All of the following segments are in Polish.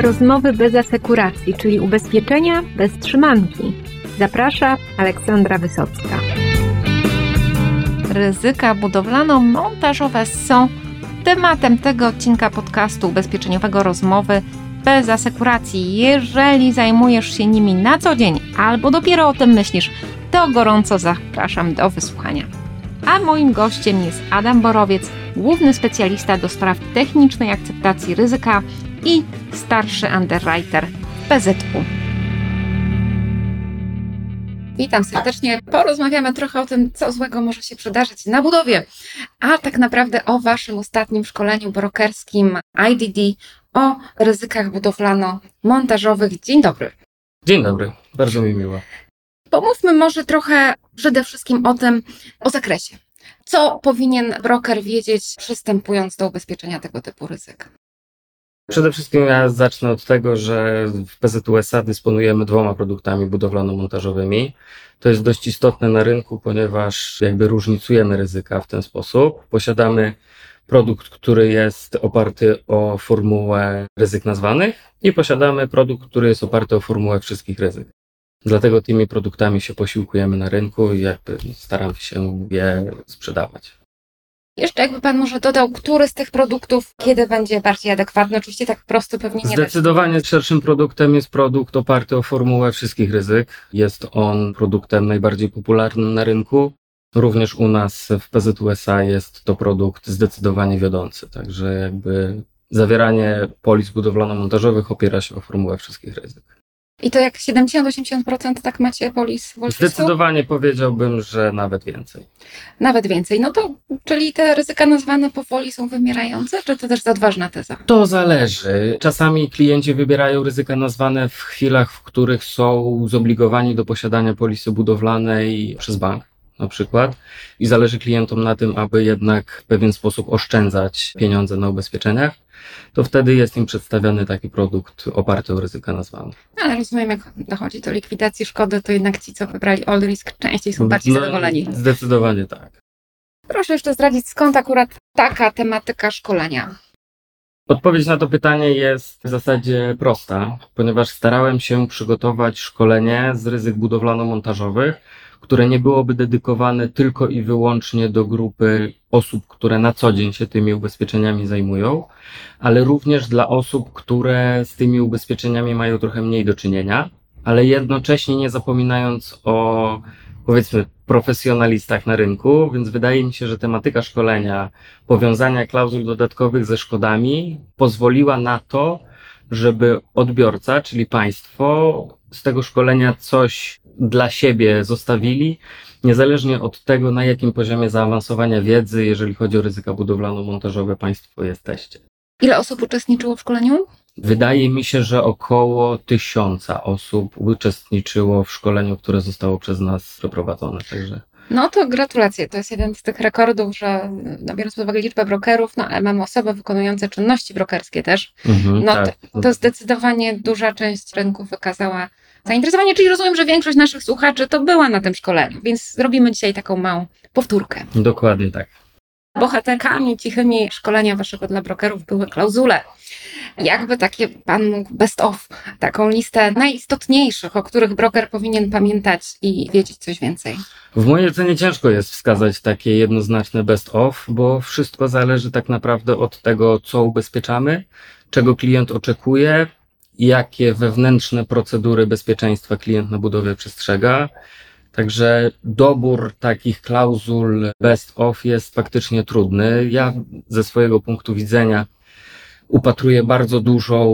Rozmowy bez asekuracji, czyli ubezpieczenia bez trzymanki. Zaprasza Aleksandra Wysocka. Ryzyka budowlano-montażowe są tematem tego odcinka podcastu ubezpieczeniowego Rozmowy bez asekuracji. Jeżeli zajmujesz się nimi na co dzień albo dopiero o tym myślisz, to gorąco zapraszam do wysłuchania. A moim gościem jest Adam Borowiec, główny specjalista do spraw technicznej akceptacji ryzyka i starszy underwriter w PZU. Witam serdecznie. Porozmawiamy trochę o tym, co złego może się przydarzyć na budowie, a tak naprawdę o Waszym ostatnim szkoleniu brokerskim IDD o ryzykach budowlano-montażowych. Dzień dobry. Dzień dobry, bardzo mi miło. Pomówmy może trochę przede wszystkim o zakresie. Co powinien broker wiedzieć, przystępując do ubezpieczenia tego typu ryzyk? Przede wszystkim ja zacznę od tego, że w PZU SA dysponujemy 2 produktami budowlano-montażowymi. To jest dość istotne na rynku, ponieważ różnicujemy ryzyka w ten sposób. Posiadamy produkt, który jest oparty o formułę ryzyk nazwanych i posiadamy produkt, który jest oparty o formułę wszystkich ryzyk. Dlatego tymi produktami się posiłkujemy na rynku i staramy się je sprzedawać. Jeszcze jakby Pan może dodał, który z tych produktów kiedy będzie bardziej adekwatny? Oczywiście tak prosto pewnie nie. Zdecydowanie szerszym produktem jest produkt oparty o formułę wszystkich ryzyk. Jest on produktem najbardziej popularnym na rynku. Również u nas w PZU SA jest to produkt zdecydowanie wiodący. Także zawieranie polis budowlano-montażowych opiera się o formułę wszystkich ryzyk. I to jak 70-80% tak macie polis? Zdecydowanie powiedziałbym, że nawet więcej. Nawet więcej. No to, czyli te ryzyka nazwane powoli są wymierające, czy to też za odważna teza? To zależy. Czasami klienci wybierają ryzyka nazwane w chwilach, w których są zobligowani do posiadania polisy budowlanej przez bank na przykład i zależy klientom na tym, aby jednak w pewien sposób oszczędzać pieniądze na ubezpieczeniach, to wtedy jest im przedstawiany taki produkt oparty o ryzyka nazwane. Ale rozumiem, jak dochodzi do likwidacji szkody, to jednak ci, co wybrali all risk, częściej są bardziej zadowoleni. Zdecydowanie tak. Proszę jeszcze zdradzić, skąd akurat taka tematyka szkolenia? Odpowiedź na to pytanie jest w zasadzie prosta, ponieważ starałem się przygotować szkolenie z ryzyk budowlano-montażowych, które nie byłoby dedykowane tylko i wyłącznie do grupy osób, które na co dzień się tymi ubezpieczeniami zajmują, ale również dla osób, które z tymi ubezpieczeniami mają trochę mniej do czynienia, ale jednocześnie nie zapominając o, powiedzmy, profesjonalistach na rynku, więc wydaje mi się, że tematyka szkolenia, powiązania klauzul dodatkowych ze szkodami pozwoliła na to, żeby odbiorca, czyli państwo, z tego szkolenia coś dla siebie zostawili, niezależnie od tego, na jakim poziomie zaawansowania wiedzy, jeżeli chodzi o ryzyka budowlano-montażowe, państwo jesteście. Ile osób uczestniczyło w szkoleniu? Wydaje mi się, że około 1000 osób uczestniczyło w szkoleniu, które zostało przez nas przeprowadzone. Także... No to gratulacje. To jest jeden z tych rekordów, że biorąc pod uwagę liczbę brokerów, ale mamy osoby wykonujące czynności brokerskie też. Tak. To zdecydowanie duża część rynku wykazała zainteresowanie, czyli rozumiem, że większość naszych słuchaczy to była na tym szkoleniu, więc zrobimy dzisiaj taką małą powtórkę. Dokładnie tak. Bohaterkami cichymi szkolenia waszego dla brokerów były klauzule. Jakby takie Pan mógł best of, taką listę najistotniejszych, o których broker powinien pamiętać i wiedzieć coś więcej? W mojej ocenie ciężko jest wskazać takie jednoznaczne best of, bo wszystko zależy tak naprawdę od tego, co ubezpieczamy, czego klient oczekuje, jakie wewnętrzne procedury bezpieczeństwa klient na budowie przestrzega. Także dobór takich klauzul best of jest faktycznie trudny. Ja ze swojego punktu widzenia upatruję bardzo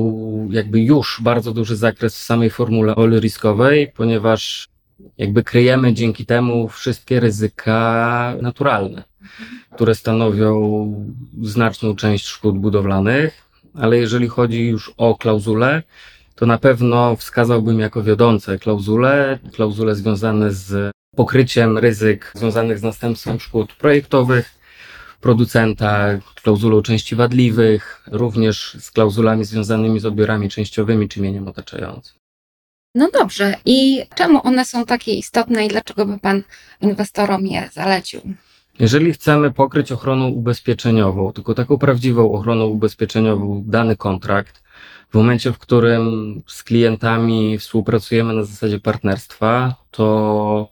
duży zakres w samej formule all-riskowej, ponieważ kryjemy dzięki temu wszystkie ryzyka naturalne, które stanowią znaczną część szkód budowlanych, ale jeżeli chodzi już o klauzule, to na pewno wskazałbym jako wiodące klauzule związane z pokryciem ryzyk związanych z następstwem szkód projektowych, producenta, klauzulą części wadliwych, również z klauzulami związanymi z odbiorami częściowymi czy mieniem otaczającym. No dobrze, i czemu one są takie istotne i dlaczego by Pan inwestorom je zalecił? Jeżeli chcemy pokryć ochroną ubezpieczeniową, tylko taką prawdziwą ochroną ubezpieczeniową dany kontrakt, w momencie, w którym z klientami współpracujemy na zasadzie partnerstwa, to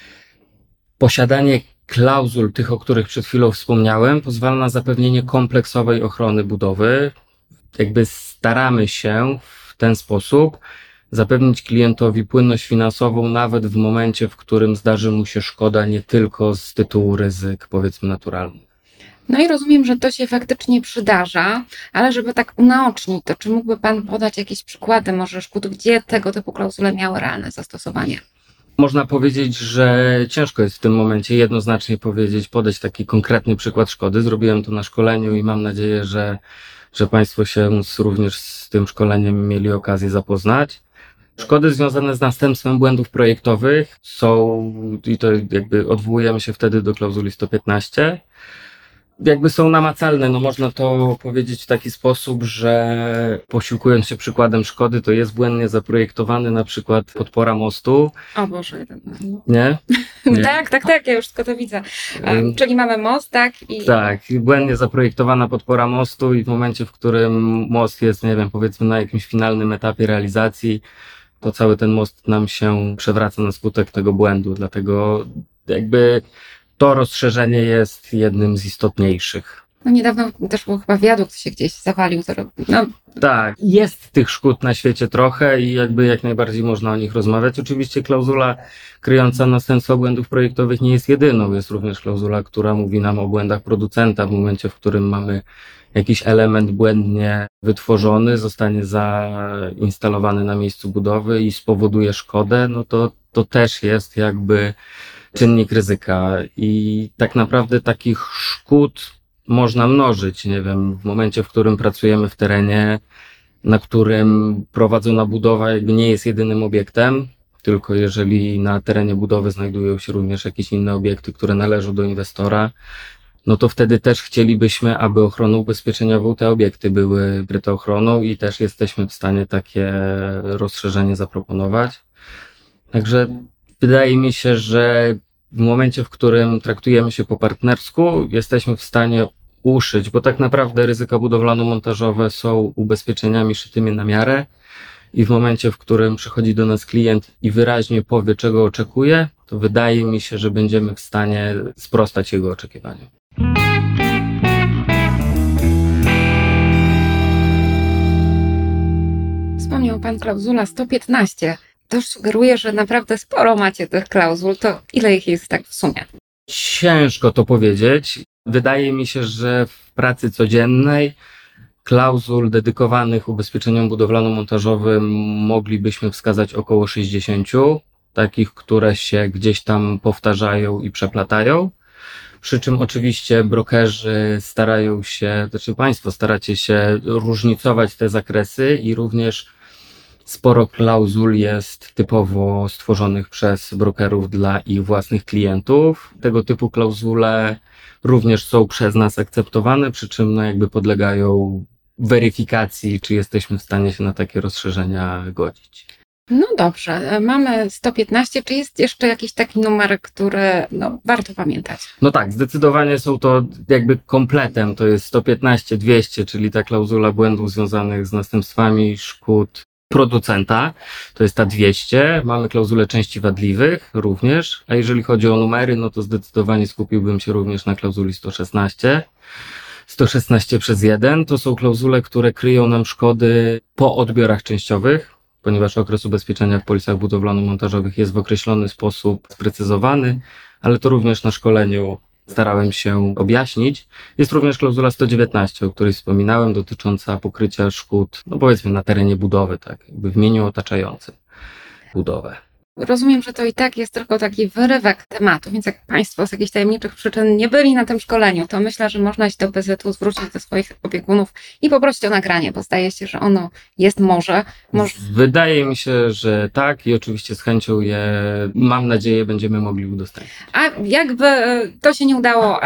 posiadanie klauzul, tych, o których przed chwilą wspomniałem, pozwala na zapewnienie kompleksowej ochrony budowy. Jakby staramy się w ten sposób zapewnić klientowi płynność finansową nawet w momencie, w którym zdarzy mu się szkoda nie tylko z tytułu ryzyk, powiedzmy, naturalnych. No i rozumiem, że to się faktycznie przydarza, ale żeby tak unaocznić to, czy mógłby Pan podać jakieś przykłady może szkód, gdzie tego typu klauzule miały realne zastosowanie? Można powiedzieć, że ciężko jest w tym momencie jednoznacznie podać taki konkretny przykład szkody. Zrobiłem to na szkoleniu i mam nadzieję, że Państwo się również z tym szkoleniem mieli okazję zapoznać. Szkody związane z następstwem błędów projektowych są, i to jakby odwołujemy się wtedy do klauzuli 115, jakby są namacalne. No można to powiedzieć w taki sposób, że posiłkując się przykładem szkody, to jest błędnie zaprojektowany na przykład podpora mostu. O Boże. Nie? Nie. Tak, ja już tylko to widzę. Czyli mamy most, tak? Tak, błędnie zaprojektowana podpora mostu i w momencie, w którym most jest, nie wiem, powiedzmy na jakimś finalnym etapie realizacji, to cały ten most nam się przewraca na skutek tego błędu. Dlatego jakby to rozszerzenie jest jednym z istotniejszych. No niedawno też było chyba wiadukt się gdzieś zawalił. Tak, jest tych szkód na świecie trochę i jakby jak najbardziej można o nich rozmawiać. Oczywiście klauzula kryjąca następstwa błędów projektowych nie jest jedyną. Jest również klauzula, która mówi nam o błędach producenta w momencie, w którym mamy jakiś element błędnie wytworzony, zostanie zainstalowany na miejscu budowy i spowoduje szkodę, no to też jest jakby czynnik ryzyka i tak naprawdę takich szkód można mnożyć, nie wiem, w momencie, w którym pracujemy w terenie, na którym prowadzona budowa jakby nie jest jedynym obiektem, tylko jeżeli na terenie budowy znajdują się również jakieś inne obiekty, które należą do inwestora, no to wtedy też chcielibyśmy, aby ochroną ubezpieczeniową te obiekty były wkryte ochroną i też jesteśmy w stanie takie rozszerzenie zaproponować. Także wydaje mi się, że w momencie, w którym traktujemy się po partnersku, jesteśmy w stanie uszyć, bo tak naprawdę ryzyka budowlano-montażowe są ubezpieczeniami szytymi na miarę i w momencie, w którym przychodzi do nas klient i wyraźnie powie, czego oczekuje, to wydaje mi się, że będziemy w stanie sprostać jego oczekiwaniom. Wspomniał Pan klauzula 115. To już sugeruje, że naprawdę sporo macie tych klauzul. To ile ich jest tak w sumie? Ciężko to powiedzieć. Wydaje mi się, że w pracy codziennej klauzul dedykowanych ubezpieczeniom budowlano-montażowym moglibyśmy wskazać około 60, takich, które się gdzieś tam powtarzają i przeplatają. Przy czym oczywiście brokerzy starają się, znaczy Państwo staracie się różnicować te zakresy i również sporo klauzul jest typowo stworzonych przez brokerów dla ich własnych klientów. Tego typu klauzule również są przez nas akceptowane, przy czym no jakby podlegają weryfikacji, czy jesteśmy w stanie się na takie rozszerzenia godzić. No dobrze, mamy 115. Czy jest jeszcze jakiś taki numer, który warto pamiętać? No tak, zdecydowanie są to jakby kompletem, to jest 115, 200, czyli ta klauzula błędów związanych z następstwami szkód producenta, to jest ta 200, mamy klauzulę części wadliwych również, a jeżeli chodzi o numery, no to zdecydowanie skupiłbym się również na klauzuli 116. 116/1 to są klauzule, które kryją nam szkody po odbiorach częściowych, ponieważ okres ubezpieczenia w polisach budowlano-montażowych jest w określony sposób sprecyzowany, ale to również na szkoleniu starałem się objaśnić. Jest również klauzula 119, o której wspominałem, dotycząca pokrycia szkód, no powiedzmy na terenie budowy, tak, jakby w mieniu otaczającym budowę. Rozumiem, że to i tak jest tylko taki wyrywek tematu, więc jak Państwo z jakichś tajemniczych przyczyn nie byli na tym szkoleniu, to myślę, że można się do PZU zwrócić do swoich opiekunów i poprosić o nagranie, bo zdaje się, że ono jest może. Wydaje mi się, że tak i oczywiście z chęcią mam nadzieję, będziemy mogli udostępnić. A jakby to się nie udało, albo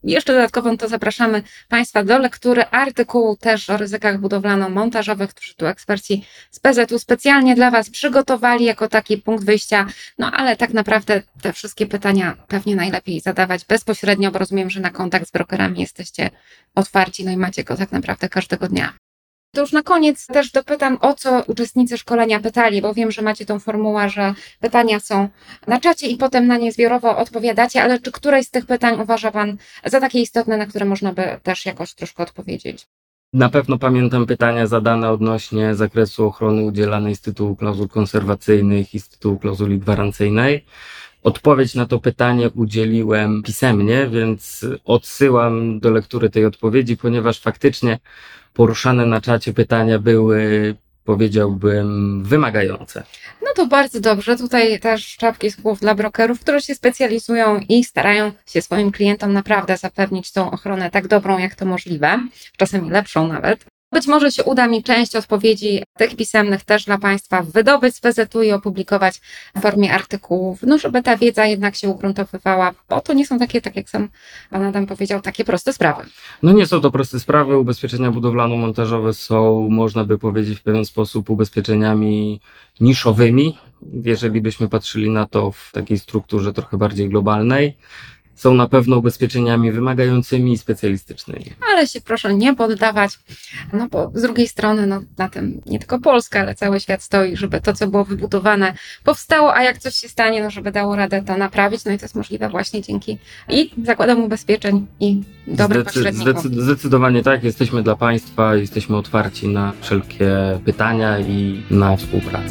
jeszcze dodatkowo to zapraszamy Państwa do lektury artykułu też o ryzykach budowlano-montażowych, którzy tu eksperci z PZU specjalnie dla Was przygotowali jako taki punkt wyjścia. No ale tak naprawdę te wszystkie pytania pewnie najlepiej zadawać bezpośrednio, bo rozumiem, że na kontakt z brokerami jesteście otwarci, no i macie go tak naprawdę każdego dnia. To już na koniec też dopytam, o co uczestnicy szkolenia pytali, bo wiem, że macie tą formułę, że pytania są na czacie i potem na nie zbiorowo odpowiadacie, ale czy któreś z tych pytań uważa Pan za takie istotne, na które można by też jakoś troszkę odpowiedzieć? Na pewno pamiętam pytania zadane odnośnie zakresu ochrony udzielanej z tytułu klauzul konserwacyjnych i z tytułu klauzuli gwarancyjnej. Odpowiedź na to pytanie udzieliłem pisemnie, więc odsyłam do lektury tej odpowiedzi, ponieważ faktycznie poruszane na czacie pytania były, powiedziałbym, wymagające. No to bardzo dobrze. Tutaj też czapki z głów dla brokerów, którzy się specjalizują i starają się swoim klientom naprawdę zapewnić tą ochronę tak dobrą, jak to możliwe, czasami lepszą nawet. Być może się uda mi część odpowiedzi tych pisemnych też dla Państwa wydobyć z PZU i opublikować w formie artykułów, no żeby ta wiedza jednak się ugruntowywała, bo to nie są takie, tak jak sam Pan Adam powiedział, takie proste sprawy. No nie są to proste sprawy. Ubezpieczenia budowlano-montażowe są, można by powiedzieć w pewien sposób, ubezpieczeniami niszowymi, jeżeli byśmy patrzyli na to w takiej strukturze trochę bardziej globalnej. Są na pewno ubezpieczeniami wymagającymi i specjalistycznymi. Ale się proszę nie poddawać, no bo z drugiej strony no, na tym nie tylko Polska, ale cały świat stoi, żeby to, co było wybudowane, powstało, a jak coś się stanie, no żeby dało radę to naprawić, no i to jest możliwe właśnie dzięki i zakładom ubezpieczeń i dobrym pośrednikom. Zdecydowanie tak, jesteśmy dla Państwa, jesteśmy otwarci na wszelkie pytania i na współpracę.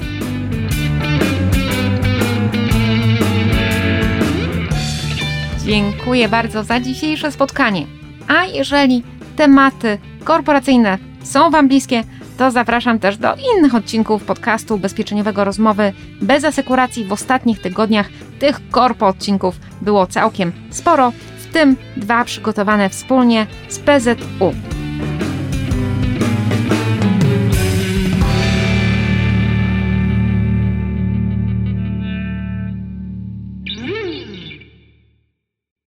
Dziękuję bardzo za dzisiejsze spotkanie. A jeżeli tematy korporacyjne są Wam bliskie, to zapraszam też do innych odcinków podcastu ubezpieczeniowego Rozmowy bez asekuracji. W ostatnich tygodniach tych korpo odcinków było całkiem sporo, w tym 2 przygotowane wspólnie z PZU.